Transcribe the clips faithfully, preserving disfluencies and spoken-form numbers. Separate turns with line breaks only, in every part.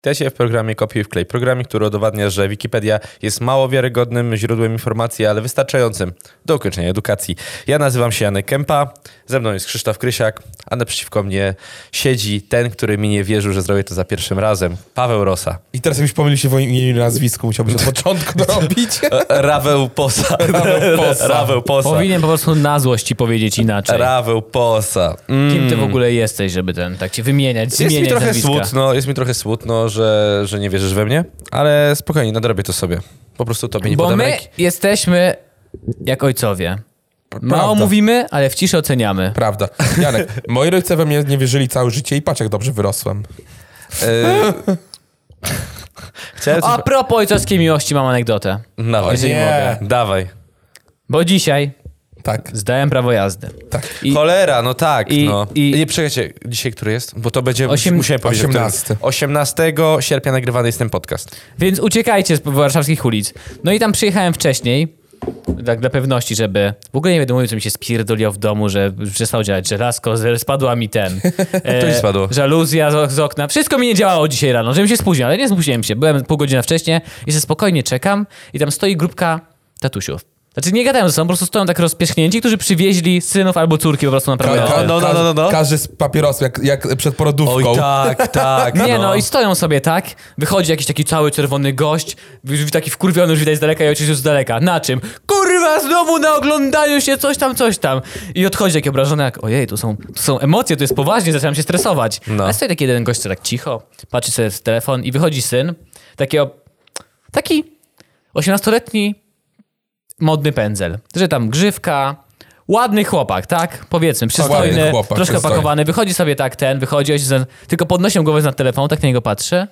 Witajcie w programie Kopiuj wklej. Programie, który udowadnia, że Wikipedia jest mało wiarygodnym źródłem informacji, ale wystarczającym do ukończenia edukacji. Ja nazywam się Janek Kępa, ze mną jest Krzysztof Krysiak, a naprzeciwko mnie siedzi ten, który mi nie wierzył, że zrobię to za pierwszym razem. Paweł Rosa.
I teraz jakbyś pomylił się w imieniu i nazwisku, musiałbyś od początku dorobić.
Raweł Posa.
Raweł Posa.
Raweł Posa.
Powinien po prostu na złość ci powiedzieć inaczej.
Raweł Posa. Mm.
Kim ty w ogóle jesteś, żeby ten, tak cię wymieniać,
Jest
zmieniać
mi trochę
nazwiska?
smutno, jest mi trochę smutno, że, że nie wierzysz we mnie, ale spokojnie, nadrobię to sobie. Po prostu tobie nie
Bo
podam
my
ręki.
jesteśmy jak ojcowie. Mało
Prawda.
mówimy, ale w ciszy oceniamy.
Prawda. Janek, moi rodzice we mnie nie wierzyli całe życie i patrz, jak dobrze wyrosłem.
Yy... Chciałem coś...
A propos ojcowskiej miłości mam anegdotę.
Dawaj.
Jeżeli
Nie.
mogę.
Dawaj.
Bo dzisiaj
Tak,
zdałem prawo jazdy.
tak.
I
Cholera, no tak,
i-
no.
i-
Nie, czekajcie, dzisiaj który jest? Bo to będzie,
Osiem-
musiałem powiedzieć.
osiemnasty.
osiemnastego sierpnia nagrywany jest ten podcast.
Więc uciekajcie z warszawskich ulic. No i tam przyjechałem wcześniej, tak dla pewności, żeby... W ogóle nie będę mówił, co mi się spierdoliło w domu, że przestało działać żelazko, że spadła mi ten... E,
To ci spadło.
Żaluzja z, z okna. Wszystko mi nie działało dzisiaj rano, żebym się spóźnił, ale nie spóźniłem się. Byłem pół godziny wcześniej i sobie spokojnie czekam i tam stoi grupka tatusiów. Znaczy nie gadają ze sobą, po prostu stoją tak rozpierzchnięci, którzy przywieźli synów albo córki po prostu na prawo
Ka-
jazdy.
ka-
no, no, no, no, no.
Każdy z papierosem, jak, jak przed porodówką.
Oj, tak, tak.
Nie no. i stoją sobie tak, wychodzi jakiś taki cały czerwony gość, w- taki wkurwiony już widać z daleka i ojciec już z daleka. Na czym? Kurwa, znowu na oglądaniu się, coś tam, coś tam. I odchodzi taki obrażony jak, ojej, tu są, tu są emocje, to jest poważnie, zaczynam się stresować.
No.
Ale stoi taki jeden gość, co tak cicho, patrzy sobie w telefon i wychodzi syn, takiego, taki osiemnastoletni modny pędzel, że tam grzywka, ładny chłopak, tak? Powiedzmy, przystojny,
ładny chłopak,
troszkę
przystojny.
opakowany, wychodzi sobie tak ten, wychodzi, ojciec ten, tylko podnosił głowę nad telefon, tak na niego patrzy.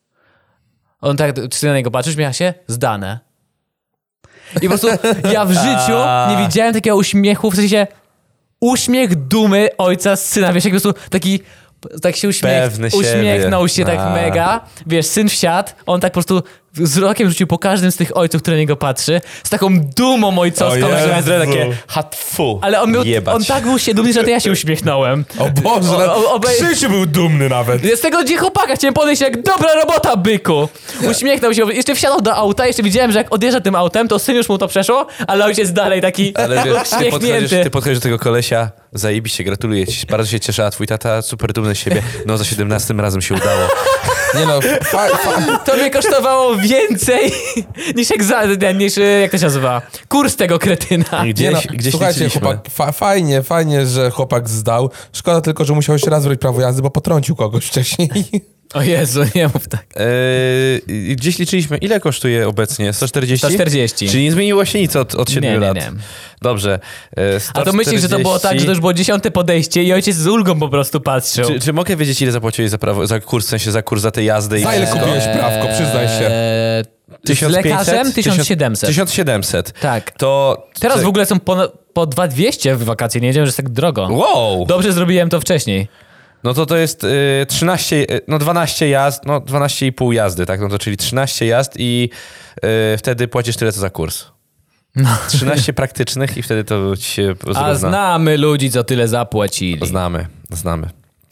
On tak na niego patrzy, śmiecha się, zdane. I po prostu ja w życiu nie widziałem takiego uśmiechu, w sensie uśmiech dumy ojca z syna, wiesz, jak po prostu taki, tak się uśmiech,
Pewny
uśmiechnął
siebie.
się tak
A.
mega, wiesz, syn wsiadł, on tak po prostu wzrokiem rzucił po każdym z tych ojców, który na niego patrzy, z taką dumą ojcowską,
O
że
Jezu.
Takie hatfu.
ale on, miał,
Jebać.
on tak był się dumny, że to ja się uśmiechnąłem.
O Boże,
O- o- obej-
Krzysiu był dumny nawet.
Z tego gdzie chłopaka chciałem podejść jak dobra robota, byku. Uśmiechnął się, jeszcze wsiadał do auta, jeszcze widziałem, że jak odjeżdża tym autem, to syn już mu to przeszło, ale ojciec dalej taki
Ale wiesz, ty podchodzisz,
uśmiechnięty.
ty podchodzisz do tego kolesia, zajebiście, gratuluję ci, bardzo się cieszę, a twój tata super dumny z siebie, no za siedemnastym razem się udało.
Nie no, fa, fa,
To mnie kosztowało więcej niż, egza- niż e, jak to się nazywa, kurs tego kretyna.
nie
Gdzieś,
no,
gdzieś
słuchajcie,
liczyliśmy.
chłopak, fa, fajnie, fajnie, że chłopak zdał. Szkoda tylko, że musiał jeszcze raz zrobić prawo jazdy, bo potrącił kogoś wcześniej.
O Jezu, nie mów tak.
Eee, gdzieś liczyliśmy, ile kosztuje obecnie? sto czterdzieści?
sto czterdzieści.
Czyli nie zmieniło się nic od, od siedmiu
Nie, nie,
lat.
nie.
Dobrze. E,
A to myślisz, że to było tak, że to już było dziesiąte podejście i ojciec z ulgą po prostu patrzył.
Czy, czy mogę wiedzieć, ile zapłaciłeś za, prawo, za kurs, w sensie za kurs, za tę jazdę?
Za
i
ile
wszystko?
kupiłeś prawko, przyznaj się.
Eee, z
tysiąc pięćset?
lekarzem tysiąc siedemset.
tysiąc siedemset.
Tak.
To...
Teraz
to-
w ogóle są po, po dwa tysiące dwieście w wakacje, nie wiedziałem, że jest tak drogo.
Wow!
Dobrze zrobiłem to wcześniej.
No to to jest y, trzynaście, y, no dwanaście jazd, no dwanaście i pół jazdy, tak? No to czyli trzynaście jazd i y, wtedy płacisz tyle, co za kurs.
No.
trzynaście praktycznych i wtedy to ci się
A
zrówna.
znamy ludzi, co tyle zapłacili.
Znamy, znamy.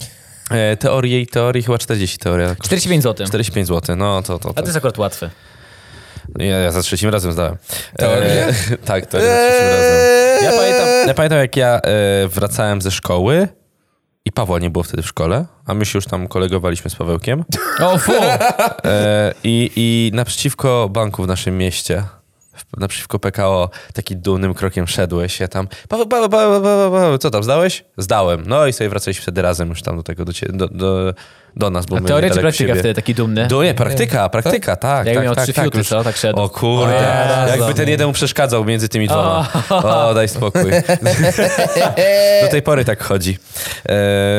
E, teorie i teorii, chyba czterdzieści teorii.
czterdzieści pięć złotych.
czterdzieści pięć złotych, no to... to,
A
to.
to jest akurat łatwe.
Ja, ja za trzecim razem zdałem.
Teorię?
E, tak, teorię za trzecim razem. Ja pamiętam, ja pamiętam jak ja e, wracałem ze szkoły i Pawła nie było wtedy w szkole, a my się już tam kolegowaliśmy z Pawełkiem.
O fu!
E, i, I naprzeciwko banku w naszym mieście, w- naprzeciwko P K O, taki dumnym krokiem szedłeś, ja tam, Paweł, Paweł, Paweł, Paweł, Paweł, co tam, zdałeś? Zdałem. No i sobie wracaliśmy wtedy razem już tam do tego, do, cie, do, do, do nas, bo
A
my
teoria czy
niedaleko
praktyka
siebie.
wtedy taki dumny?
Do, nie, praktyka, praktyka, tak,
Jak
tak,
miał
tak,
trzy
tak,
fiuty,
już-
co? Tak szedł.
O kurde,
O Jezu.
jakby ten jeden mu przeszkadzał między tymi dwoma. O, daj spokój. Do tej pory tak chodzi. E,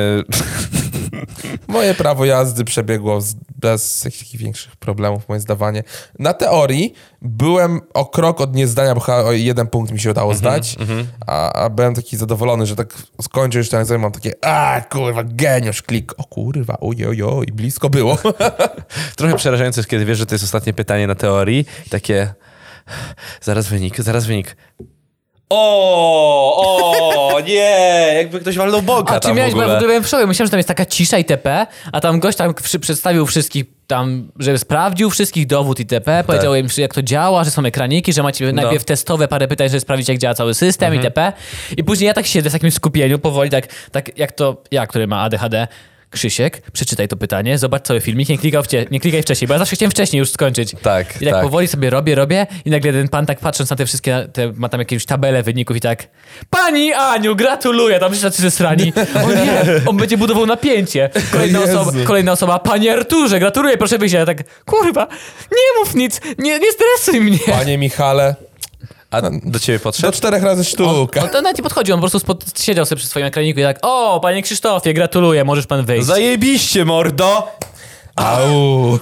Moje prawo jazdy przebiegło z, bez jakichś większych problemów, moje zdawanie. Na teorii byłem o krok od niezdania, bo chyba o jeden punkt mi się udało zdać, a, a byłem taki zadowolony, że tak skończę już ten egzamin, mam takie, a kurwa, geniusz, klik, o kurwa, ojojo, i blisko było.
Trochę przerażające jest, kiedy wiesz, że to jest ostatnie pytanie na teorii i takie, zaraz wynik, zaraz wynik. O, o, nie, jakby ktoś walnął bąka
A ty
tam
miałeś,
w
bo ja w
ogóle.
ogóle byłem w szoku. Myślałem, że tam jest taka cisza itp., a tam gość tam przy, przedstawił wszystkich tam, że sprawdził wszystkich dowód itp., powiedział im, jak to działa, że są ekraniki, że macie najpierw testowe parę pytań, żeby sprawdzić, jak działa cały system
Mhm.
itp. I później ja tak siedzę w takim skupieniu, powoli, tak, tak jak to ja, który ma A D H D, Krzysiek, przeczytaj to pytanie, zobacz cały filmik, nie, klikał wcie, nie klikaj wcześniej, bo ja zawsze chciałem wcześniej już skończyć.
Tak,
I tak,
tak.
powoli sobie robię, robię i nagle ten pan tak patrząc na te wszystkie, te, ma tam jakieś tabele wyników i tak Pani Aniu, gratuluję, tam wszyscy ze srani. O nie, on będzie budował napięcie. Kolejna
Jezu.
osoba, kolejna osoba, Panie Arturze, gratuluję, proszę wyjść. Ja tak, kurwa, nie mów nic, nie, nie stresuj mnie.
Panie Michale,
A do ciebie
do
podszedł?
czterech razy sztuka.
On to nawet nie podchodził, on po prostu spod, siedział sobie przy swoim ekraniku i tak, o, Panie Krzysztofie, gratuluję, możesz pan wyjść.
Zajebiście, mordo!
Au.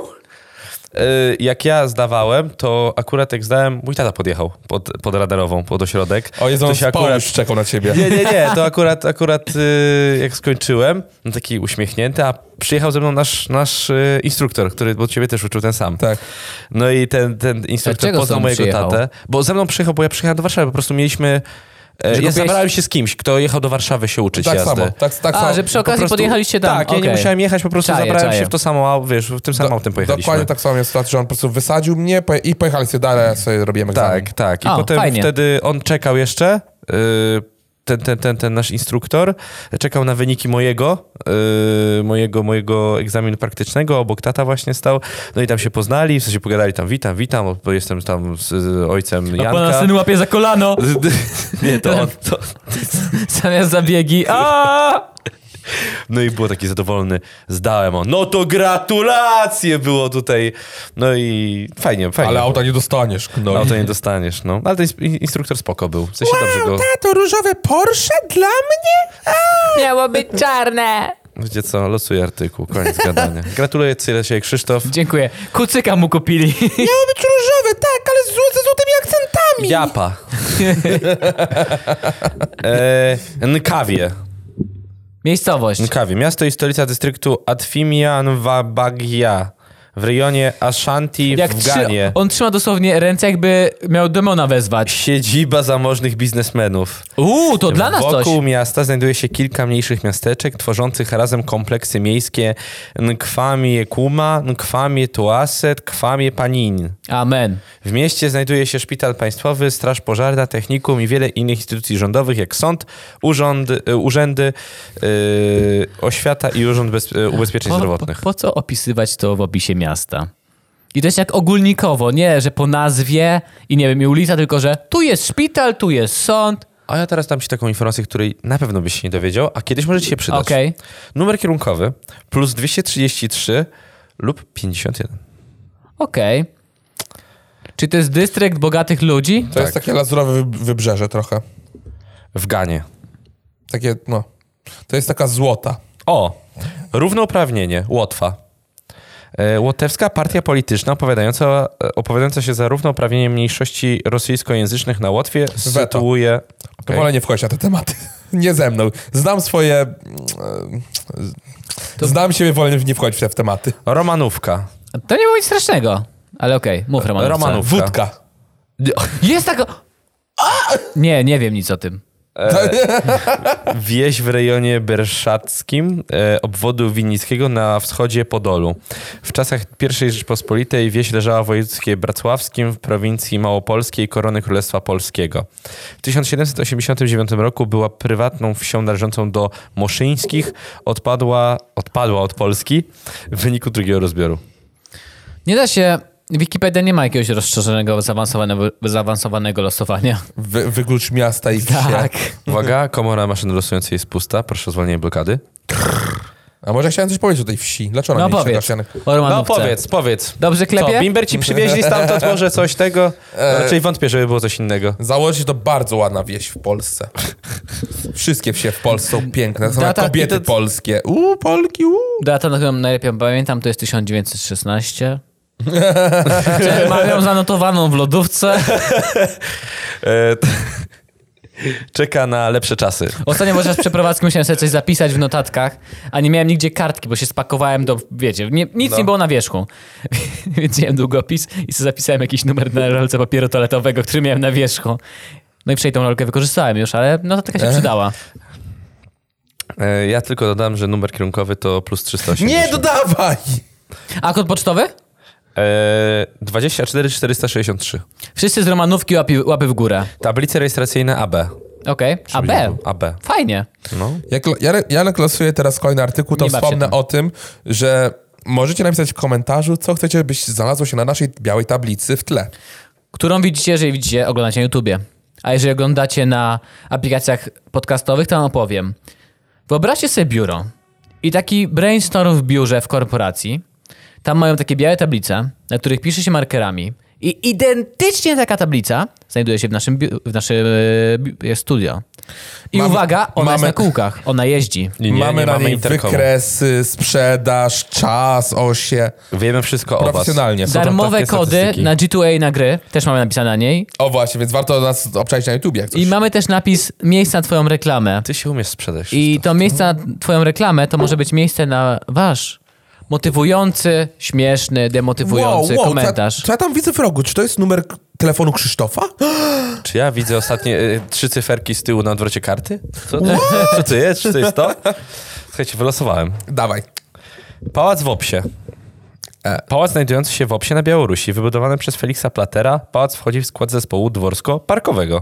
Y, Jak ja zdawałem, to akurat jak zdałem, mój tata podjechał pod, pod radarową, pod ośrodek.
O Jezu,
To
on
się
spał, już czekał na ciebie.
Nie, nie, nie, to akurat, akurat y, jak skończyłem, no taki uśmiechnięty, a przyjechał ze mną nasz, nasz y, instruktor, który od ciebie też uczył ten sam.
Tak.
No i ten, ten instruktor
Dlaczego
poznał
sam
mojego
przyjechał?
tatę, bo ze mną przyjechał, bo ja przyjechałem do Warszawy, po prostu mieliśmy... e,
Że
Ja
kupiłeś-
zabrałem się z kimś, kto jechał do Warszawy się uczyć
Tak
jazdy.
samo, tak, tak
A,
samo.
że przy
Po
okazji
prostu-
podjechaliście tam.
Tak, ja nie
okej.
musiałem jechać, po prostu
Czaję,
zabrałem
czaję.
się w to samo, au- wiesz, w tym samym autem pojechaliśmy.
Dokładnie tak samo jest sytuacja, że on po prostu wysadził mnie poje- i pojechali sobie dalej, a sobie robiłem egzamin.
Tak, tak. I
O,
potem
fajnie.
wtedy on czekał jeszcze, yy, ten, ten, ten, ten nasz instruktor, czekał na wyniki mojego, yy, mojego, mojego egzaminu praktycznego, obok tata właśnie stał, no i tam się poznali, w sensie pogadali tam, witam, witam, bo jestem tam z, z ojcem
A pana
Janka.
syn łapie za kolano,
Nie, to on, to,
zamiast zabiegi. A!
no i było taki zadowolony, zdałem on, no to gratulacje było tutaj, no i fajnie, fajnie.
Ale auta nie dostaniesz. No.
Auto nie dostaniesz, no. Ale ten ins- instruktor spoko był, w sensie dobrze go...
tato, różowe Porsche dla mnie?
Miało być czarne.
Wiecie co, losuję artykuł, koniec gadania. Gratuluję Cylesie Krzysztof.
Dziękuję. Kucyka mu kupili.
Miało być różowe, tak, ale z, ze złotymi akcentami.
Japa. e, Nkawie.
Miejscowość.
Nkawie. Miasto i stolica dystryktu Atfimianwabagia w rejonie Ashanti
Jak
w
trzy,
Ganie.
on trzyma dosłownie ręce, jakby miał demona wezwać.
Siedziba zamożnych biznesmenów.
Uuu, to dla nas coś.
Wokół miasta znajduje się kilka mniejszych miasteczek tworzących razem kompleksy miejskie Nkwamie Kuma, Nkwamie Tuaset, Nkwamie Panin.
Amen.
W mieście znajduje się szpital państwowy, straż pożarna, technikum i wiele innych instytucji rządowych, jak sąd, urząd, y, urzędy, y, oświata i urząd bez, y, ubezpieczeń
Po, po,
zdrowotnych.
po co opisywać to w opisie miasta? I to jest jak ogólnikowo, nie, że po nazwie i nie wiem, i ulica, tylko że tu jest szpital, tu jest sąd.
A ja teraz dam ci taką informację, której na pewno byś się nie dowiedział, a kiedyś może ci się przydać.
Okej.
Numer kierunkowy plus dwieście trzydzieści trzy lub pięćdziesiąt jeden.
Okej. Czy to jest dystrykt bogatych ludzi?
To
Tak.
jest takie lazurowe wy- wybrzeże trochę.
W Ganie.
Takie, no. To jest taka złota.
O! Równouprawnienie. Łotwa. E, Łotewska partia polityczna opowiadająca, e, opowiadająca się za równouprawnieniem mniejszości rosyjskojęzycznych na Łotwie sytuuje...
To
Okay.
wolę nie wchodzić na te tematy. Nie ze mną. Znam swoje... e, Znam siebie, wolę nie wchodzić w te w tematy.
Romanówka.
To nie było nic strasznego. Ale okej, mów Romanówce.
Romanówka.
Wódka.
Jest taka... Nie, nie wiem nic o tym.
Wieś w rejonie berszackim, e, obwodu winnickiego na wschodzie Podolu. W czasach pierwszej Rzeczpospolitej wieś leżała w województwie bracławskim w prowincji małopolskiej Korony Królestwa Polskiego. W tysiąc siedemset osiemdziesiątym dziewiątym roku była prywatną wsią należącą do Moszyńskich. Odpadła, odpadła od Polski w wyniku drugiego rozbioru.
Nie da się... Wikipedia nie ma jakiegoś rozszerzonego, zaawansowanego, zaawansowanego losowania.
Wy, wyklucz miasta i wsie.
Tak.
Uwaga, komora maszyny losującej jest pusta. Proszę o zwolnienie blokady.
A może chciałem coś powiedzieć o tej wsi. Dlaczego
No
ona nie
powiedz.
czeka, Janek?
O
No
Romanówce.
powiedz, powiedz.
Dobrze klepie?
Co, Bimber ci przywieźli stamtąd może coś tego?
E.
Raczej wątpię, żeby było coś innego.
Założyć to bardzo ładna wieś w Polsce. Wszystkie wsie w Polsce są piękne. Są
Da,
jak
tak,
kobiety
i to-
polskie. Uuu, Polki, uuu.
Data, na którą najlepiej pamiętam, to jest tysiąc dziewięćset szesnaście. Mam ją zanotowaną w lodówce.
E, t- Czeka na lepsze czasy.
Ostatnio podczas przeprowadzki musiałem sobie coś zapisać w notatkach, a nie miałem nigdzie kartki, bo się spakowałem do, wiecie, nie, nic
No.
nie było na wierzchu. Więc wziąłem długopis i sobie zapisałem jakiś numer na rolce papieru toaletowego, który miałem na wierzchu. No i wczoraj tą rolkę wykorzystałem już, ale no to taka się przydała.
E, Ja tylko dodam, że numer kierunkowy to plus trzysta osiemdziesiąt.
Nie dodawaj!
A kod pocztowy?
E, dwadzieścia cztery czterysta sześćdziesiąt trzy.
Wszyscy z Romanówki łapy, łapy w górę.
Tablice rejestracyjne A B.
Okej, A B.
A B.
Fajnie.
No.
Jak Janek, Janek losuje teraz kolejny artykuł, to
Nie baw się
wspomnę
tym.
o tym, że możecie napisać w komentarzu, co chcecie, byś znalazło się na naszej białej tablicy w tle.
Którą widzicie, jeżeli widzicie, oglądacie na YouTubie. A jeżeli oglądacie na aplikacjach podcastowych, to wam opowiem. Wyobraźcie sobie biuro i taki brainstorm w biurze w korporacji. Tam mają takie białe tablice, na których pisze się markerami. I identycznie taka tablica znajduje się w naszym, biu- w naszym e, bi- studio. I
Mamy-
uwaga, ona jest
mamy-
na kółkach, ona jeździ.
I nie,
mamy
nie
na
mamy
niej
interkomu.
wykresy, sprzedaż, czas, osie.
Wiemy wszystko o was.
Profesjonalnie.
Są tam
Darmowe
takie
kody
statystyki.
na G dwa A na gry, też mamy napisane na niej.
O właśnie, więc warto nas obczaić na YouTubie, jak coś.
I mamy też napis miejsce na twoją reklamę.
Ty się umiesz sprzedać.
I to miejsce na twoją reklamę to może być miejsce na wasz motywujący, śmieszny, demotywujący
Co ja,
komentarz.
co ja tam widzę w rogu? Czy to jest numer k- telefonu Krzysztofa?
Czy ja widzę ostatnie y, trzy cyferki z tyłu na odwrocie karty? Co, co to jest? Czy to jest to? Słuchajcie, wylosowałem.
Dawaj.
Pałac w Opsie. E, Pałac znajdujący się w Opsie na Białorusi, wybudowany przez Feliksa Platera. Pałac wchodzi w skład zespołu dworsko-parkowego.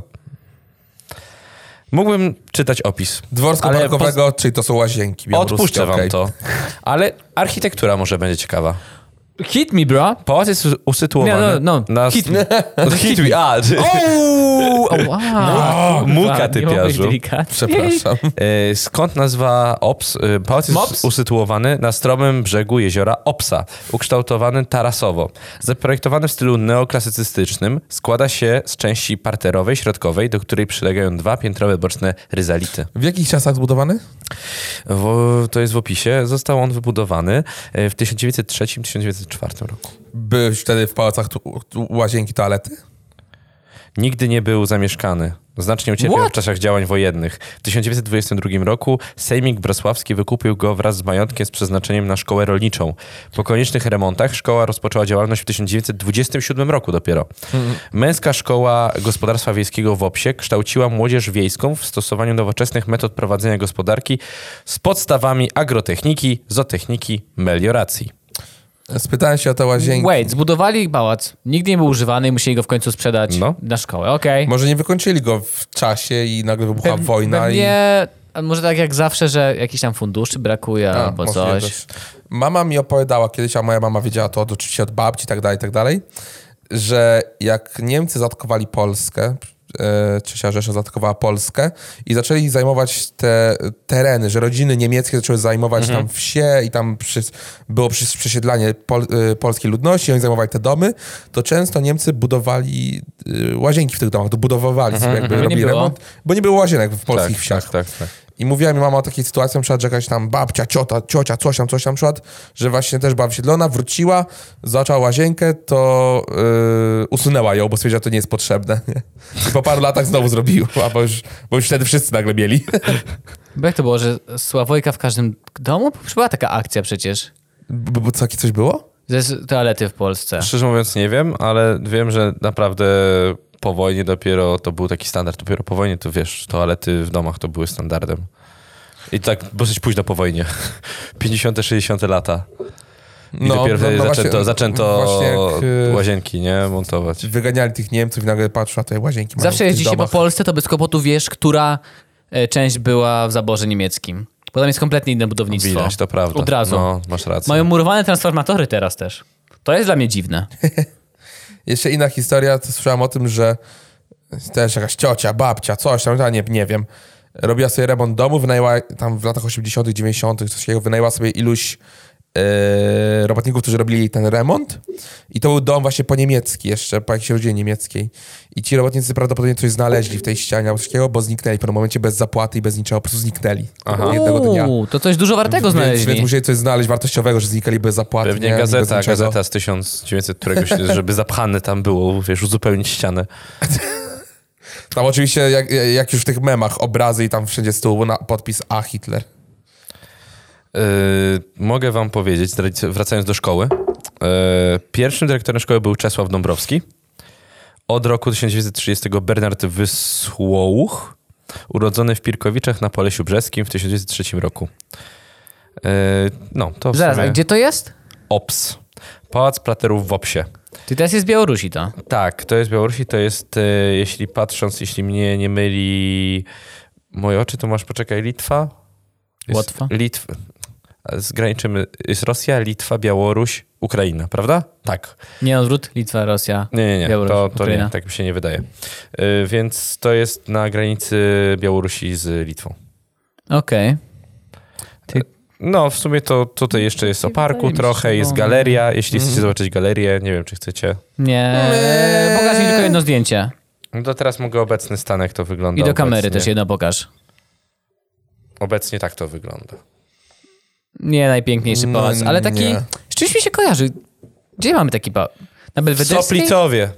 Mógłbym czytać opis.
Dworsko
ale
parkowego, czyli to są łazienki białoruskie.
Odpuszczę wam
okej.
to. Ale architektura może będzie ciekawa.
Hit me, bro.
Pałac jest usytuowany
Nie, no, no.
na...
Hit me.
Hit me. A,
Uuu, o, wow.
Mułka,
Nie mogę być
typiarzu.
delikatny.
Przepraszam.
E, Skąd nazwa Ops? E, Pałac jest
Mops?
usytuowany na stromym brzegu jeziora Opsa, ukształtowany tarasowo. Zaprojektowany w stylu neoklasycystycznym, składa się z części parterowej, środkowej, do której przylegają dwa piętrowe boczne ryzality.
W jakich czasach zbudowany?
W, to jest w opisie. Został on wybudowany e, w tysiąc dziewięćset trzecim do tysiąc dziewięćset czwartym roku.
Byłeś wtedy w pałacach tu, tu, łazienki, toalety?
Nigdy nie był zamieszkany. Znacznie ucierpiał
What?
w czasach działań wojennych. W tysiąc dziewięćset dwudziestym drugim roku Sejmik Wrocławski wykupił go wraz z majątkiem z przeznaczeniem na szkołę rolniczą. Po koniecznych remontach szkoła rozpoczęła działalność w tysiąc dziewięćset dwudziestym siódmym roku dopiero. Męska Szkoła Gospodarstwa Wiejskiego w Opsie kształciła młodzież wiejską w stosowaniu nowoczesnych metod prowadzenia gospodarki z podstawami agrotechniki, zootechniki, melioracji.
Spytałem się o te łazienki.
Wait, zbudowali pałac. Nigdy nie był używany i musieli go w końcu sprzedać
No.
na szkołę. Okej.
Może nie wykończyli go w czasie i nagle wybuchła
Pew-
wojna
Pewnie, a może tak jak zawsze, że jakiś tam funduszy brakuje
i... A,
albo
możliwe
coś.
też. Mama mi opowiadała kiedyś, a moja mama wiedziała to od, oczywiście od babci i tak dalej, i tak dalej, że jak Niemcy zaatakowali Polskę, e, Trzecia Rzesza zaatakowała Polskę i zaczęli zajmować te tereny, że rodziny niemieckie zaczęły zajmować
Mhm.
tam wsie i tam przy, było przy, przesiedlanie pol, e, polskiej ludności, oni zajmowali te domy, to często Niemcy budowali e, łazienki w tych domach, dobudowywali sobie, jakby
mhm.
robili
Nie było.
remont, bo nie było łazienek w polskich
tak,
wsiach.
tak, tak, tak.
I mówiła mi mama o takiej sytuacji, na przykład, że jakaś tam babcia, ciota, ciocia, coś tam, coś tam, na przykład, że właśnie też była wysiedlona, wróciła, zaczęła łazienkę, to yy, usunęła ją, bo stwierdziła, że to nie jest potrzebne. Nie? I po paru latach znowu zrobiła, bo już, bo już wtedy wszyscy nagle mieli.
Bo jak to było, że Sławojka w każdym domu? Była taka akcja przecież.
Bo, bo co, takie coś było?
Ze toalety w Polsce.
Szczerze mówiąc nie wiem, ale wiem, że naprawdę po wojnie dopiero to był taki standard. Dopiero po wojnie to wiesz, toalety w domach to były standardem. I tak dosyć późno po wojnie. pięćdziesiąte, sześćdziesiąte lata. I dopiero wtedy zaczęto,
właśnie-
zaczęto
właśnie jak, yy,
łazienki, nie? Montować.
wyganiali tych Niemców i nagle patrzą na te łazienki. mają
Zawsze
w tych
jeździ się po
domach.
Polsce, to bez kłopotu wiesz, która e, część była w zaborze niemieckim. Bo tam jest kompletnie inne budownictwo.
Widać, to prawda.
Od razu.
No, masz rację.
Mają murowane transformatory teraz też. To jest dla mnie dziwne.
Jeszcze inna historia, to słyszałem o tym, że też jakaś ciocia, babcia, coś tam, ja nie, nie wiem, robiła sobie remont domu, wynajęła tam w latach osiemdziesiątych, dziewięćdziesiątych, coś takiego, wynajęła sobie iluś e, robotników, którzy robili jej ten remont i to był dom właśnie po niemiecki jeszcze, po jakiejś rodzinie niemieckiej i ci robotnicy prawdopodobnie coś znaleźli w tej ścianie albo coś takiego, bo zniknęli w pewnym momencie bez zapłaty i bez niczego, po prostu zniknęli jednego dnia.
Uuu, to coś dużo wartego
Więc,
znaleźli.
więc musieli coś znaleźć wartościowego, że znikali bez zapłaty.
Pewnie
nie? I bez
gazeta,
niczego.
gazeta z tysiąc dziewięćset któregoś, żeby zapchane tam było, wiesz, uzupełnić ścianę.
Tam oczywiście, jak, jak już w tych memach, obrazy i tam wszędzie z tyłu na podpis A Hitler.
Yy, mogę wam powiedzieć, wracając do szkoły. Yy, pierwszym dyrektorem szkoły był Czesław Dąbrowski. Od roku tysiąc dziewięćset trzydziestego Bernard Wysłołuch, urodzony w Pirkowiczach na Polesiu Brzeskim w tysiąc dziewięćset trzecim roku. Yy, no, to w
Zaraz,
sumie
a gdzie to jest?
Ops. Pałac Platerów w Opsie.
Ty teraz jest z Białorusi to.
Tak, to jest Białorusi, to jest, e, jeśli patrząc, jeśli mnie nie myli moje oczy, to masz, poczekaj, Litwa? Jest
Łotwa?
Litwa. Zgraniczymy, jest Rosja, Litwa, Białoruś, Ukraina, prawda? Tak.
Nie odwrót, Litwa, Rosja,
Nie, nie, nie,
Białoruś,
to, to
Ukraina.
nie, tak mi się nie wydaje. E, więc to jest na granicy Białorusi z Litwą.
Okej.
No, w sumie to tutaj jeszcze jest o parku
wydaje mi się,
trochę,
że
jest
no.
galeria. Jeśli chcecie zobaczyć galerię, nie wiem, czy chcecie.
Nie, pokaż mi tylko jedno zdjęcie.
No to teraz mogę obecny stan, jak to wygląda.
I do kamery
obecnie.
też jedno pokaż.
Obecnie tak to wygląda.
Nie najpiękniejszy
No,
pałac, ale taki...
nie.
Z czymś mi się kojarzy. Gdzie mamy taki pałac? Na Belwederskiej?
Soplicowie.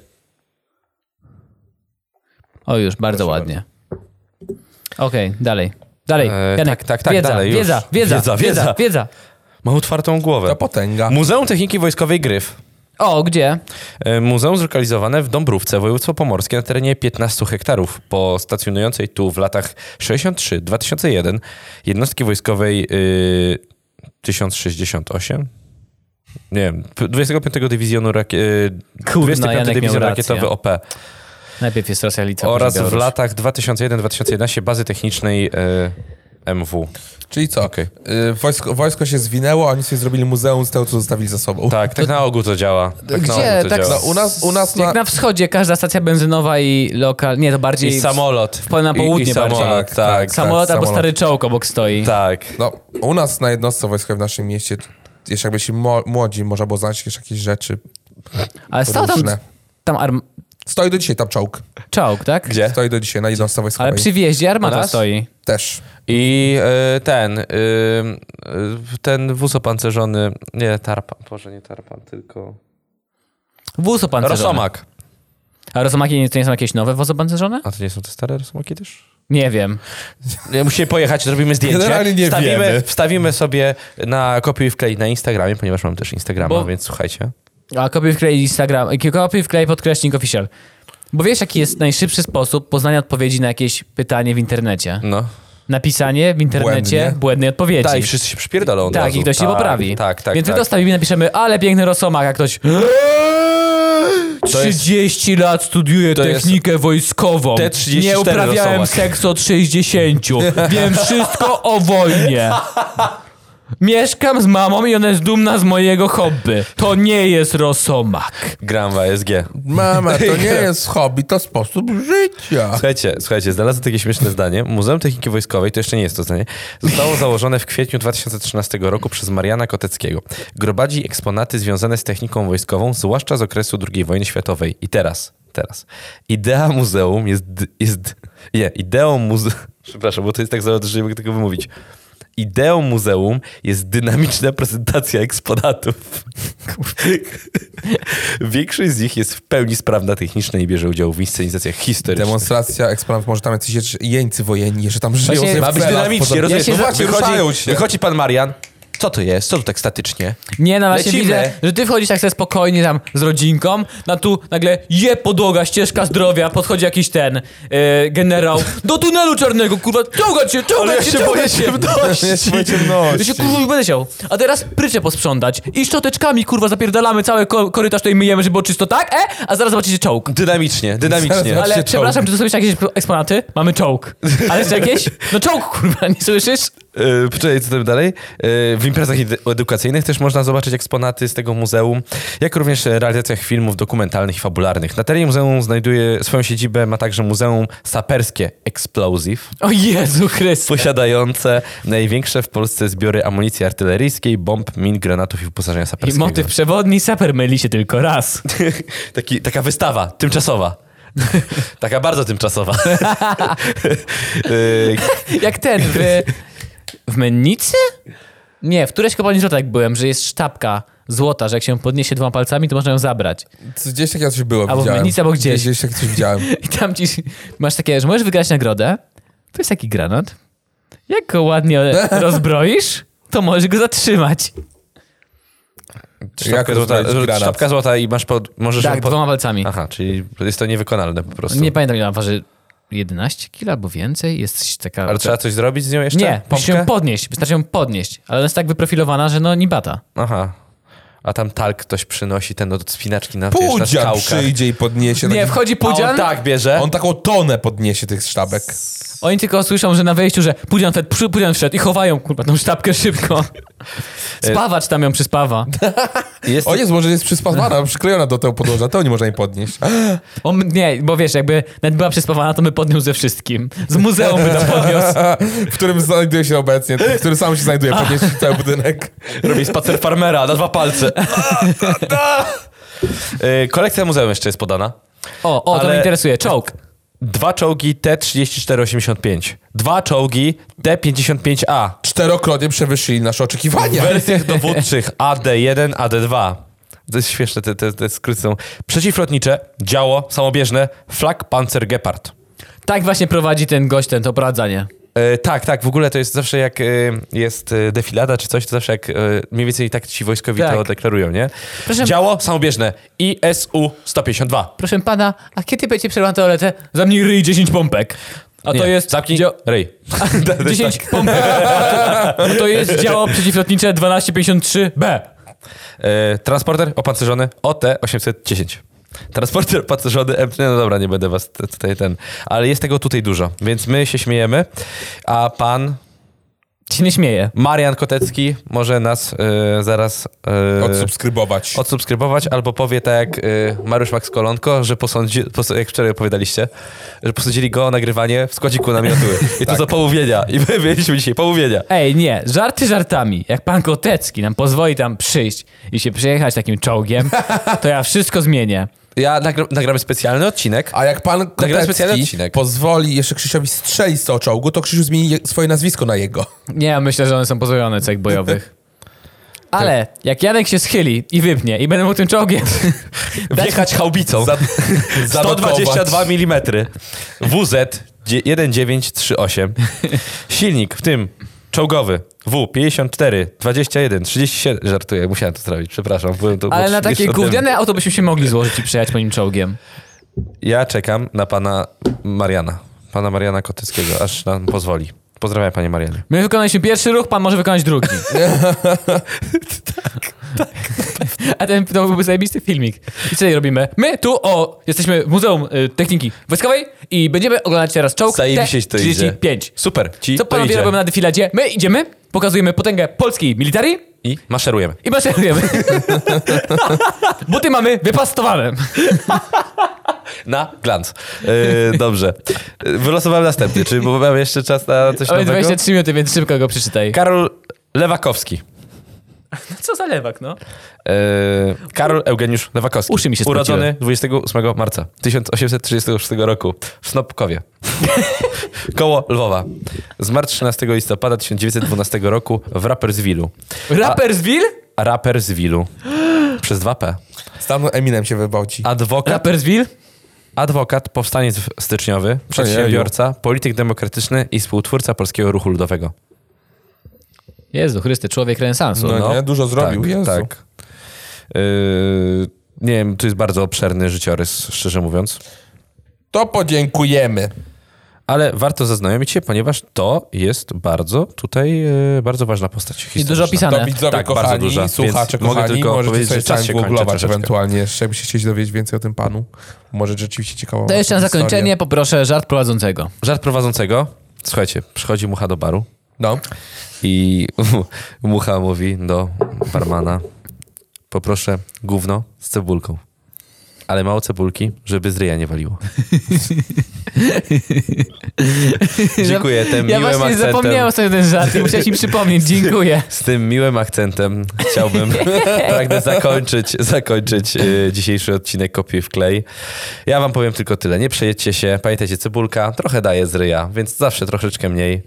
O już, bardzo
Proszę
ładnie. Okej, dalej. Dalej,
E,
Janek.
tak, tak, tak,
wiedza,
dalej, już.
wiedza, wiedza,
Wiedza,
wiedza,
wiedza.
wiedza.
Ma otwartą głowę.
To potęga.
Muzeum Techniki Wojskowej Gryf.
O, gdzie?
E, Muzeum zlokalizowane w Dąbrówce, województwo pomorskie, na terenie piętnastu hektarów. Po stacjonującej tu w latach sześćdziesiąt trzy do dwa tysiące jeden jednostki wojskowej y, tysiąc sześćdziesiąt osiem? Nie wiem, dwudziestego piątego Dywizjonu rakie, y,
Kurna,
dwudziesty piąty
Janek miał
Dywizjon
rację.
Rakietowy O P
Najpierw jest Rosja, Litwa,
oraz
później
w
Białoruś.
latach dwa tysiące jeden do dwa tysiące jedenaście bazy technicznej y, M W.
Czyli co?
Okej.
Y, Wojsko, wojsko się zwinęło, a oni sobie zrobili muzeum z tego, co zostawili za sobą.
Tak, tak na ogół to działa. Tak
Gdzie?
na ogół to
Tak
działa.
No, u nas, u nas
Jak
na...
na wschodzie każda stacja benzynowa i lokal... Nie, to bardziej...
I samolot.
W, na południe
I, i
bardziej.
samolot, tak, tak,
Samolot albo
samolot.
stary czołg obok stoi.
tak.
No, u nas na jednostce wojskowej w naszym mieście, jeszcze jakby się mo- młodzi, można było znaleźć jeszcze jakieś rzeczy
Ale stał tam,
różne.
tam arm...
Stoi do dzisiaj tam czołg.
czołg, tak?
Gdzie?
Stoi do dzisiaj na jednostce wojskowej.
Ale przy wjeździe armata
U nas?
stoi.
Też.
I y, ten, y, y, ten wóz opancerzony, nie tarpan, Boże, nie tarpan, tylko...
Wóz opancerzony.
Rosomak.
A rosomaki nie, to nie są jakieś nowe wozy opancerzone?
A to nie są te stare rosomaki też?
Nie wiem.
Nie, musimy pojechać, zrobimy zdjęcie.
Generalnie nie
wstawimy,
wiemy.
wstawimy sobie na kopiuj wklej na Instagramie, ponieważ mam też Instagrama,
Bo-
więc słuchajcie.
A kopiuj wklej Instagram, kopiuj wklej podkreśnik official. Bo wiesz, jaki jest najszybszy sposób poznania odpowiedzi na jakieś pytanie w internecie?
No.
Napisanie w internecie
Błędnie.
błędnej odpowiedzi.
Tak, i wszyscy się przypierdolą od
Tak,
razu.
i ktoś się
tak,
poprawi.
Tak, tak,
Więc
tak.
my to stawimy, napiszemy, ale piękny rosomak, a ktoś...
To jest-
trzydzieści lat studiuję
to jest-
technikę wojskową.
T trzydzieści
Nie
cztery
uprawiałem
rosomak.
seksu od sześćdziesięciu. Wiem wszystko o wojnie. Mieszkam z mamą i ona jest dumna z mojego hobby. To nie jest rosomak.
Gram w A S G.
Mama, to nie jest hobby, to sposób życia.
Słuchajcie, słuchajcie, znalazłem takie śmieszne zdanie. Muzeum Techniki Wojskowej, to jeszcze nie jest to zdanie, zostało założone w kwietniu dwa tysiące trzynastego roku przez Mariana Koteckiego. Gromadzi eksponaty związane z techniką wojskową, zwłaszcza z okresu drugiej wojny światowej. I teraz, teraz. Idea muzeum jest... jest nie, ideą muzeum... Przepraszam, bo to jest tak za że nie mogę tego wymówić. Ideą muzeum jest dynamiczna prezentacja eksponatów. Większość z nich jest w pełni sprawna technicznie i bierze udział w inscenizacjach historycznych.
Demonstracja eksponatów, może tam jacyś jeńcy wojenni, że tam żyją
Właśnie
sobie
Ma
w
być
celach
dynamicznie,
poza-
rozumiesz?
Ja się
No
za-
właśnie,
ruszają
wychodzi,
się.
wychodzi pan Marian. Co to jest? Co tu tak statycznie?
Nie, no właśnie
Lecimy.
widzę, że ty wchodzisz tak sobie spokojnie tam z rodzinką, na tu nagle je podłoga, ścieżka zdrowia, podchodzi jakiś ten e, generał do tunelu czarnego, kurwa, ciągać się, ciągać się, ciągać się.
Jest w
Ja
ciemności.
się kurwa już będę chciał. A teraz pryczę posprzątać i szczoteczkami kurwa zapierdalamy cały ko- korytarz, tutaj myjemy, żeby było czysto, tak? E? A zaraz zobaczycie czołg.
Dynamicznie, dynamicznie.
Zaraz-
Ale
czołg.
przepraszam, czy to są jeszcze jakieś eksponaty? Mamy czołg. Ale jeszcze jakieś? No czołg kurwa, nie słyszysz?
Yy, poczekaj, co tam dalej? Yy, w imprezach ed- edukacyjnych też można zobaczyć eksponaty z tego muzeum, jak również realizacjach filmów dokumentalnych i fabularnych. Na terenie muzeum znajduje swoją siedzibę, ma także Muzeum Saperskie Explosive,
O Jezu Chryste.
posiadające największe w Polsce zbiory amunicji artyleryjskiej, bomb, min, granatów i wyposażenia
I
saperskiego.
motyw przewodni, saper myli się tylko raz.
Taki, taka wystawa, tymczasowa. Taka bardzo tymczasowa. Yy,
Jak ten w... W Mennicy? Nie, w którejś kopalni złota jak byłem, że jest sztabka złota, że jak się podniesie dwoma palcami, to można ją zabrać.
Gdzieś takiego coś było,
Albo w
widziałem.
Mennicy, albo gdzieś.
Gdzieś takie coś widziałem.
I tam ci masz takie, że możesz wygrać nagrodę. To jest taki granat. Jak go ładnie rozbroisz, to możesz go zatrzymać.
Sztabka złota,
rozwalić granat?
sztabka złota i masz pod... Możesz ją
Tak,
pod...
dwoma palcami.
Aha, czyli jest to niewykonalne po prostu.
Nie pamiętam, ile ona waży. jedenaście kilo albo więcej? Jest taka...
Ale trzeba coś zrobić z nią jeszcze?
Nie, musisz ją podnieść. Wystarczy ją podnieść. Ale ona jest tak wyprofilowana, że no nibata.
Aha. A tam talk ktoś przynosi ten od spinaczki na, wiesz, na
Pudzian
skałkach.
przyjdzie i podniesie.
Nie,
taki-
wchodzi
A on
Pudzian.
tak bierze.
On taką tonę podniesie tych sztabek.
Oni tylko słyszą, że na wejściu, że Pudzian wszedł, przy- Pudzian wszedł i chowają, kurwa, tą sztabkę szybko. Spawacz tam ją przyspawa.
Jest...
O jest, może jest przyspawana, przyklejona do tego podłoża, to nie można jej podnieść.
On, nie, bo wiesz, jakby nawet była przyspawana, to by podniósł ze wszystkim. Z muzeum by to podniósł.
W którym znajduje się obecnie, w którym sam się znajduje, podnieść cały budynek.
Robi spacer farmera na dwa palce. Y, Kolekcja muzeum jeszcze jest podana.
O, o, to
Ale-
mnie interesuje. Czołg.
Dwa czołgi T trzydzieści cztery osiemdziesiąt pięć. Dwa czołgi T pięćdziesiąt pięć A.
Czterokrotnie przewyższyli nasze oczekiwania.
W wersjach dowódczych A D jeden, A D dwa. To jest śmieszne, te, te, te skróty są. Przeciwlotnicze, działo, samobieżne, Flak Panzer Gepard.
Tak właśnie prowadzi ten gość, ten, to oprowadzanie.
E, tak, tak, w ogóle to jest zawsze jak e, jest e, defilada czy coś, to zawsze jak e, mniej więcej tak ci wojskowi
Tak.
to deklarują, nie?
Proszę-
Działo samobieżne I S U sto pięćdziesiąt dwa.
Proszę pana, a kiedy będzie przerwa na toaletę? Za mnie ryj dziesięć pompek. A to
Nie,
jest...
Zamknij
dzia-
ryj.
dziesięć pompek. A to, a to jest działo przeciwlotnicze dwanaście pięćdziesiąt trzy B.
E, transporter opancerzony O T osiemset dziesięć. Transporter opancerzony M... No dobra, nie będę was t- tutaj ten... Ale jest tego tutaj dużo, więc my się śmiejemy, a pan
Się nie śmieje.
Marian Kotecki może nas e, zaraz e,
Odsubskrybować.
odsubskrybować, albo powie tak jak y, Mariusz Max Kolonko, że posądzi, pos, jak wczoraj opowiadaliście, że posądzili go o nagrywanie w składziku na miniatury. I to za pomówienia. I my mieliśmy dzisiaj pomówienia.
Ej, nie, żarty żartami. Jak pan Kotecki nam pozwoli tam przyjść i się przejechać takim czołgiem, to ja wszystko zmienię.
Ja nagra, nagramy specjalny odcinek.
A jak pan
Nagrałem specjalny
Kotecki
odcinek.
pozwoli jeszcze Krzysiowi strzelić z tego czołgu, to Krzysiu zmieni je- swoje nazwisko na jego.
Nie, ja myślę, że one są pozbawione cech bojowych. Ale jak Janek się schyli i wypnie i będę mu tym czołgiem
Wjechać chaubicą.
Za,
sto dwadzieścia dwa milimetry. W Z tysiąc dziewięćset trzydzieści osiem. Silnik, w tym czołgowy W pięćdziesiąt cztery, dwadzieścia jeden, trzydzieści siedem. Żartuję, musiałem to zrobić, przepraszam. Byłem to
Ale
było
na takie
śmieszne ode mnie.
gówniane auto byśmy się mogli złożyć i przejechać po nim czołgiem.
Ja czekam na pana Mariana. Pana Mariana Koteckiego, aż nam pozwoli. Pozdrawiam, panie Marianie.
My wykonaliśmy pierwszy ruch, pan może wykonać drugi. tak, tak. A ten to byłby zajebisty filmik. I co robimy? My tu, o, jesteśmy w Muzeum y, Techniki Wojskowej i będziemy oglądać teraz czołg
Zajebiście ci to
T trzydzieści pięć.
Super, ci
Co
to
panowie
idzie.
robią na defiladzie? My idziemy, pokazujemy potęgę polskiej militarii
I maszerujemy.
i maszerujemy. Buty mamy wypastowane.
Na glans. Yy, dobrze. Yy, Wylosowałem następny. Czy bo mamy jeszcze czas na coś
Mamy
nowego?
dwadzieścia trzy minuty, więc szybko go przeczytaj.
Karol Lewakowski.
Co za lewak, no?
Yy, Karol Eugeniusz Lewakowski.
Uszy mi się
Urodzony
spociły.
dwudziestego ósmego marca tysiąc osiemset trzydziestego szóstego roku w Snopkowie. Koło Lwowa. Zmarł trzynastego listopada tysiąc dziewięćset dwunastego roku w Rapperswillu.
Rapperswil?
A Rapperswillu. Przez dwa P.
Stamtąd Eminem się wybałci.
Adwokat,
Rapperswil?
adwokat, powstaniec styczniowy, przedsiębiorca, polityk demokratyczny i współtwórca Polskiego Ruchu Ludowego.
Jezu Chryste, człowiek renesansu.
No nie, dużo zrobił,
tak,
Jezu.
tak. Yy, nie wiem, to jest bardzo obszerny życiorys, szczerze mówiąc.
To podziękujemy.
Ale warto zaznajomić się, ponieważ to jest bardzo tutaj, yy, bardzo ważna postać
I
historyczna.
dużo opisane.
To widzowie
Tak, bardzo
kochani,
duża,
słuchacze
więc mogę
kochani,
tylko
możecie
powiedzieć,
sobie
że czas
sam
się kończy
googlować
troszeczkę.
ewentualnie jeszcze, jakbyście chcieli dowiedzieć więcej o tym panu. Może rzeczywiście ciekawa
To jeszcze na
historia.
zakończenie poproszę żart prowadzącego.
Żart prowadzącego. Słuchajcie, przychodzi mucha do baru
No.
i mucha mówi do barmana: poproszę gówno z cebulką. Ale mało cebulki, żeby z ryja nie waliło. Dziękuję. Tym
Ja
miłym
właśnie
akcentem,
zapomniałem sobie ten żart i musiałem ci przypomnieć. Dziękuję.
z tym miłym akcentem chciałbym pragnę zakończyć, zakończyć y, dzisiejszy odcinek Kopiuj w klej. Ja wam powiem tylko tyle. Nie przejedźcie się. Pamiętajcie, cebulka trochę daje z ryja, więc zawsze troszeczkę mniej.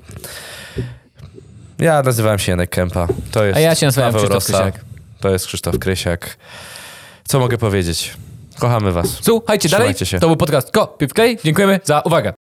Ja nazywałem się Janek Kępa. To jest
A ja się nazywałem
Paweł
Krzysztof
Rosa.
Krysiak.
To jest Krzysztof Krysiak. Co mogę powiedzieć? Kochamy was.
Słuchajcie dalej.
Trzymajcie się.
To był podcast Kopiuj w klej. Dziękujemy za uwagę.